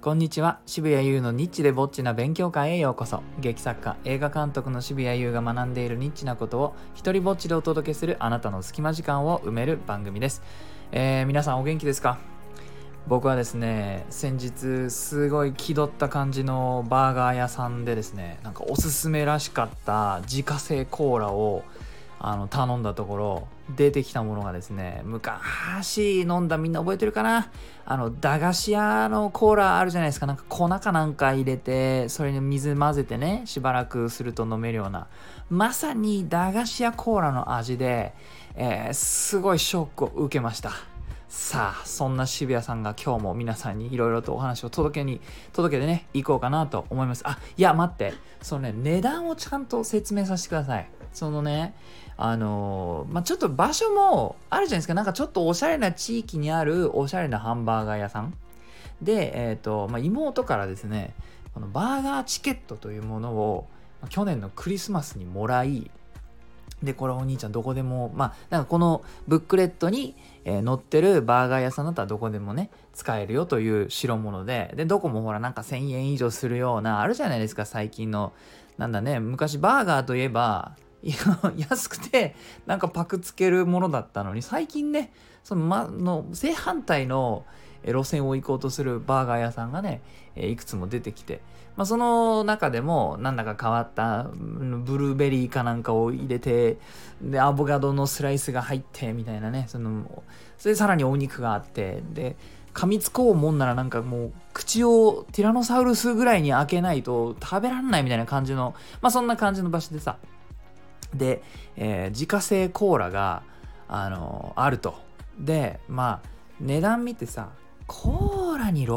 こんにちは。渋谷優のニッチでぼっちな勉強会へようこそ。劇作家、映画監督の渋谷優が学んでいるニッチなことを一人ぼっちでお届けするあなたの隙間時間を埋める番組です。皆さんお元気ですか？僕はですね、先日すごい気取った感じのバーガー屋さんでですね、なんかおすすめらしかった自家製コーラを頼んだところ、出てきたものがですね、昔飲んだ、みんな覚えてるかな、駄菓子屋のコーラあるじゃないですか。なんか粉かなんか入れて、それに水混ぜてね、しばらくすると飲めるような、まさに駄菓子屋コーラの味で、すごいショックを受けました。さあ、そんな渋谷さんが今日も皆さんにいろいろとお話を届けてね、行こうかなと思います。いや待って、そのね、値段をちゃんと説明させてください。そのね、ちょっと場所もあるじゃないですか。なんかちょっとおしゃれな地域にあるおしゃれなハンバーガー屋さんで、妹からですね、このバーガーチケットというものを去年のクリスマスにもらい、でこれお兄ちゃんどこでもなんかこのブックレットに、載ってるバーガー屋さんだったらどこでもね使えるよという代物で、どこもほらなんか1000円以上するようなあるじゃないですか、最近の。なんだね、昔バーガーといえば安くてなんかパクつけるものだったのに、最近ねの正反対の路線を行こうとするバーガー屋さんがね、いくつも出てきて、その中でもなんだか変わったブルーベリーかなんかを入れて、でアボカドのスライスが入ってみたいなね、それでさらにお肉があって、で噛みつこうもんならなんかもう口をティラノサウルスぐらいに開けないと食べらんないみたいな感じの、そんな感じの場所でさ、で、自家製コーラがあると。で値段見てさ、コーラに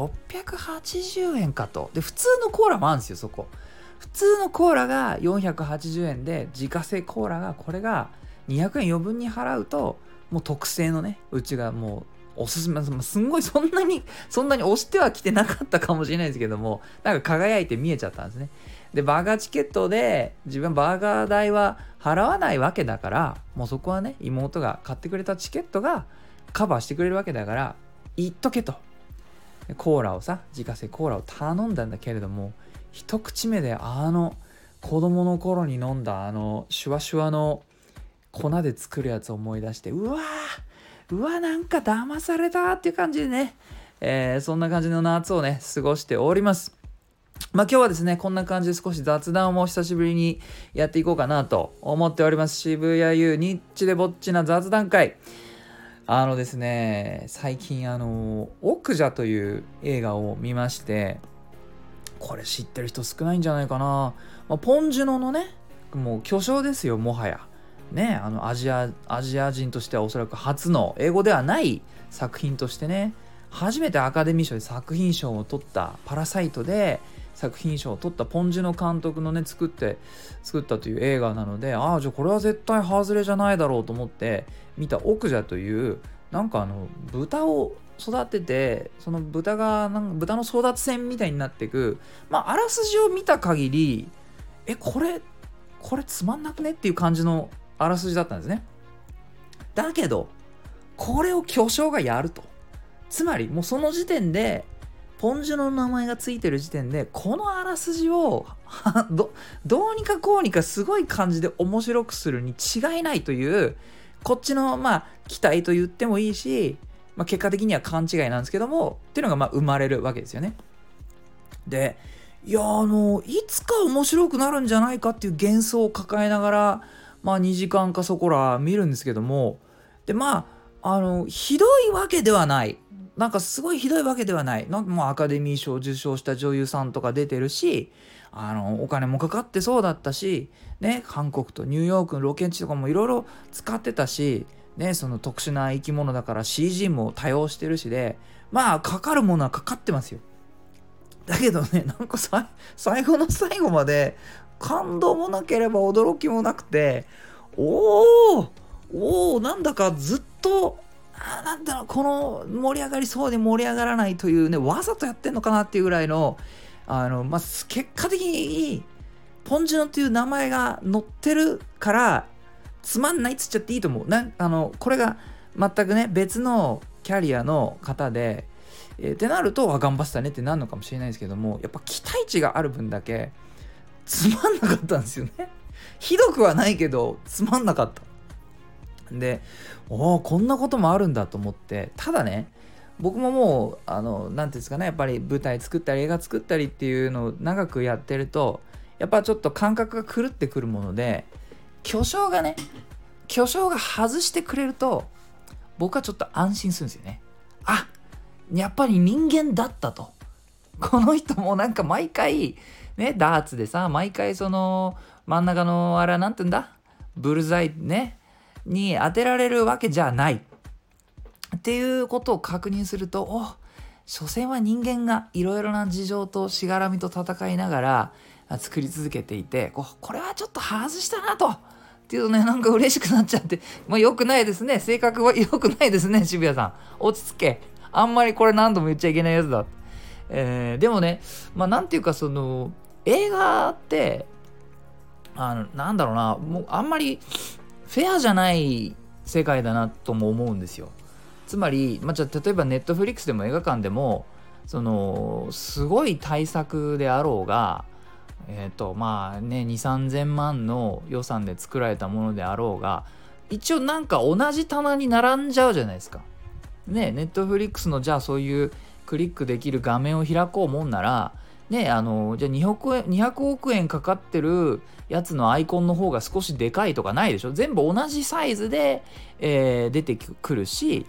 680円かと。で普通のコーラもあるんですよ。そこ普通のコーラが480円で、自家製コーラがこれが200円余分に払うと、もう特製のね、うちがもうおすすめ、すんごいそんなに押してはきてなかったかもしれないですけども、なんか輝いて見えちゃったんですね。でバーガーチケットで自分バーガー代は払わないわけだから、もうそこはね、妹が買ってくれたチケットがカバーしてくれるわけだから、言っとけと。コーラをさ、自家製コーラを頼んだんだけれども、一口目で子供の頃に飲んだシュワシュワの粉で作るやつを思い出して、うわなんか騙されたっていう感じでね、そんな感じの夏をね過ごしております。今日はですね、こんな感じで少し雑談を久しぶりにやっていこうかなと思っております。渋谷優ニッチでぼっちな雑談会。ですね、最近オクジャという映画を見まして、これ知ってる人少ないんじゃないかな。ポン・ジュノのね、もう巨匠ですよ、もはやね。アジア人としてはおそらく初の英語ではない作品としてね、初めてアカデミー賞で作品賞を取ったパラサイトで作品賞を取ったポン・ジュノ監督のね作ったという映画なので、じゃあこれは絶対外れじゃないだろうと思って見たオクジャという、なんか豚を育てて、その豚の争奪戦みたいになっていく、あらすじを見た限りこれつまんなくねっていう感じのあらすじだったんですね。だけどこれを巨匠がやると、つまりもうその時点でポン・ジュノの名前がついてる時点で、このあらすじをどうにかこうにかすごい感じで面白くするに違いないという、こっちの期待と言ってもいいし、結果的には勘違いなんですけどもっていうのが生まれるわけですよね。でいつか面白くなるんじゃないかっていう幻想を抱えながら2時間かそこら見るんですけども、でひどいわけではない、なんかすごいひどいわけではない、なんかもうアカデミー賞を受賞した女優さんとか出てるし、お金もかかってそうだったしね、韓国とニューヨークのロケ地とかもいろいろ使ってたしね、その特殊な生き物だから CG も多用してるしで、かかるものはかかってますよ。だけどね、なんか最後の最後まで感動もなければ驚きもなくて、なんだかずっとなんだろう、この盛り上がりそうで盛り上がらないというね、わざとやってんのかなっていうぐらいの結果的にポン・ジュノっていう名前が載ってるからつまんないっつっちゃっていいと思う。これが全くね別のキャリアの方で、 ってなると頑張ってたねってなるのかもしれないですけども、やっぱ期待値がある分だけつまんなかったんですよね。ひどくはないけどつまんなかった。で、こんなこともあるんだと思って、ただね、僕ももうなんていうんですかね、やっぱり舞台作ったり映画作ったりっていうのを長くやってると、やっぱちょっと感覚が狂ってくるもので、巨匠が外してくれると僕はちょっと安心するんですよね。やっぱり人間だったと。この人もなんか毎回ね、ダーツでさ、毎回その真ん中のあれはなんて言うんだ、ブルザイねに当てられるわけじゃないっていうことを確認すると、所詮は人間がいろいろな事情としがらみと戦いながら作り続けていて、これはちょっと外したなとっていうとね、なんか嬉しくなっちゃって、良くないですね。性格は良くないですね。渋谷さん、落ち着け。あんまりこれ何度も言っちゃいけないやつだ。でもね、なんていうか、その映画ってなんだろうな、もうあんまりフェアじゃない世界だなとも思うんですよ。つまり、じゃあ例えばネットフリックスでも映画館でも、そのすごい大作であろうが、2,3000万の予算で作られたものであろうが、一応なんか同じ棚に並んじゃうじゃないですか。ね、ネットフリックスのじゃあそういうクリックできる画面を開こうもんなら、ね、じゃあ200億円かかってるやつのアイコンの方が少しでかいとかないでしょ。全部同じサイズで、出てくるし、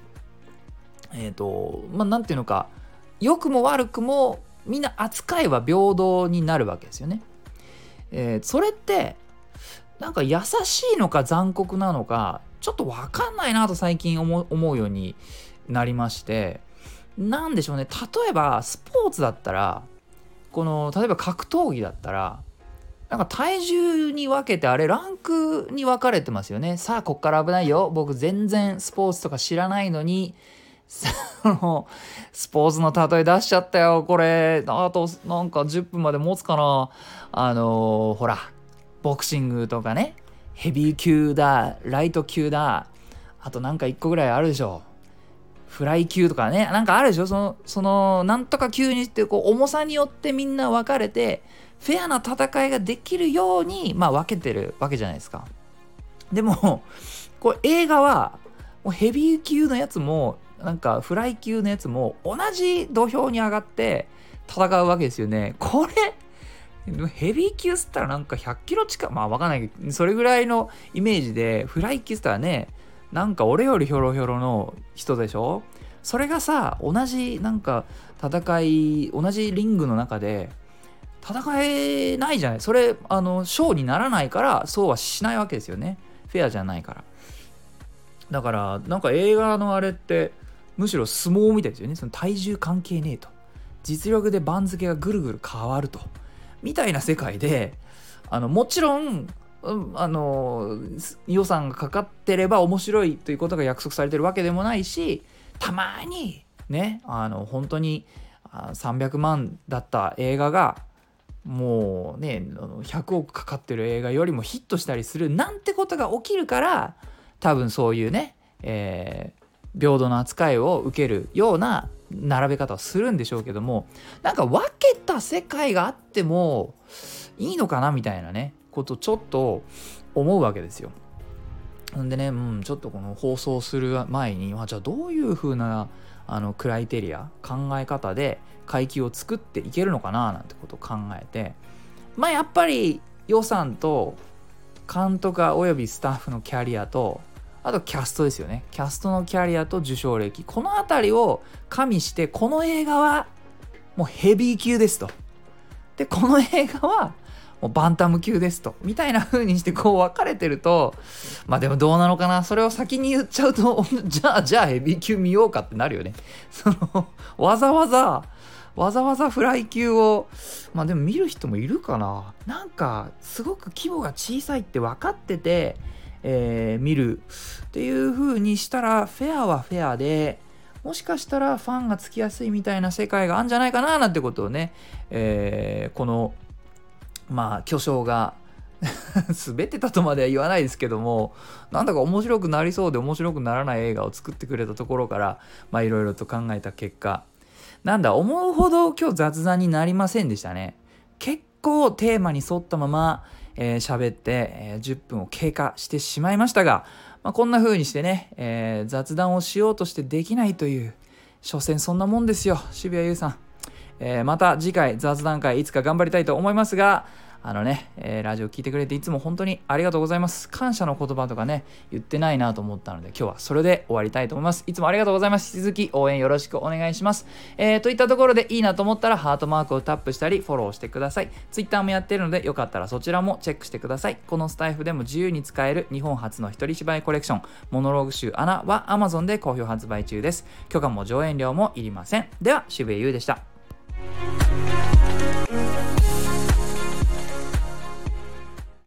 なんていうのか、良くも悪くもみんな扱いは平等になるわけですよね。それってなんか優しいのか残酷なのかちょっと分かんないなと最近思うようになりまして、なんでしょうね。例えばスポーツだったら、例えば格闘技だったら、なんか体重に分けて、あれランクに分かれてますよね。さあこっから危ないよ。僕全然スポーツとか知らないのにスポーツの例え出しちゃったよ。これあとなんか10分まで持つかな。ほらボクシングとかね、ヘビー級だ、ライト級だ、あとなんか1個ぐらいあるでしょ。フライ級とかね、なんかあるでしょ。そのなんとか級にして重さによってみんな分かれてフェアな戦いができるように分けてるわけじゃないですか。でも映画はもうヘビー級のやつもなんかフライ級のやつも同じ土俵に上がって戦うわけですよね。これヘビー級っつったらなんか100キロ近く、わかんないけどそれぐらいのイメージで、フライ級っつったらね、なんか俺よりヒョロヒョロの人でしょ。それがさ、同じなんか戦い、同じリングの中で戦えないじゃない。それショーにならないからそうはしないわけですよね。フェアじゃないから。だからなんか映画のあれってむしろ相撲みたいですよね。その体重関係ねえと、実力で番付がぐるぐる変わるとみたいな世界で、もちろん予算がかかってれば面白いということが約束されてるわけでもないし、たまにね本当に300万だった映画がもうね100億かかってる映画よりもヒットしたりするなんてことが起きるから、多分そういうね、平等な扱いを受けるような並べ方をするんでしょうけども、なんか分けた世界があってもいいのかなみたいなねことちょっと思うわけですよ。んでね、ちょっとこの放送する前に、じゃあどういう風なクライテリア、考え方で階級を作っていけるのかななんてことを考えて、やっぱり予算と監督およびスタッフのキャリアと、あとキャストですよね。キャストのキャリアと受賞歴、このあたりを加味して、この映画はもうヘビー級ですと、でこの映画はもうバンタム級ですと、みたいな風にして分かれてると、でもどうなのかな、それを先に言っちゃうとじゃあヘビー級見ようかってなるよね。わざわざフライ級をでも見る人もいるかな。なんかすごく規模が小さいって分かってて、見るっていう風にしたら、フェアはフェアで、もしかしたらファンがつきやすいみたいな世界があるんじゃないかななんてことをね、この巨匠が滑ってたとまでは言わないですけども、なんだか面白くなりそうで面白くならない映画を作ってくれたところから、いろいろと考えた結果、 なんだ、思うほど今日雑談になりませんでしたね。結構テーマに沿ったまま喋って、10分を経過してしまいましたが、こんな風にしてね、雑談をしようとしてできないという、所詮そんなもんですよ、渋谷優さん。また次回雑談会いつか頑張りたいと思いますが、ラジオ聞いてくれていつも本当にありがとうございます。感謝の言葉とかね、言ってないなと思ったので、今日はそれで終わりたいと思います。いつもありがとうございます。引き続き応援よろしくお願いします。といったところでいいなと思ったらハートマークをタップしたりフォローしてください。Twitter もやってるのでよかったらそちらもチェックしてください。このスタイフでも自由に使える日本初の一人芝居コレクションモノローグ集アナは Amazon で好評発売中です。許可も上演料もいりません。では渋谷優でした。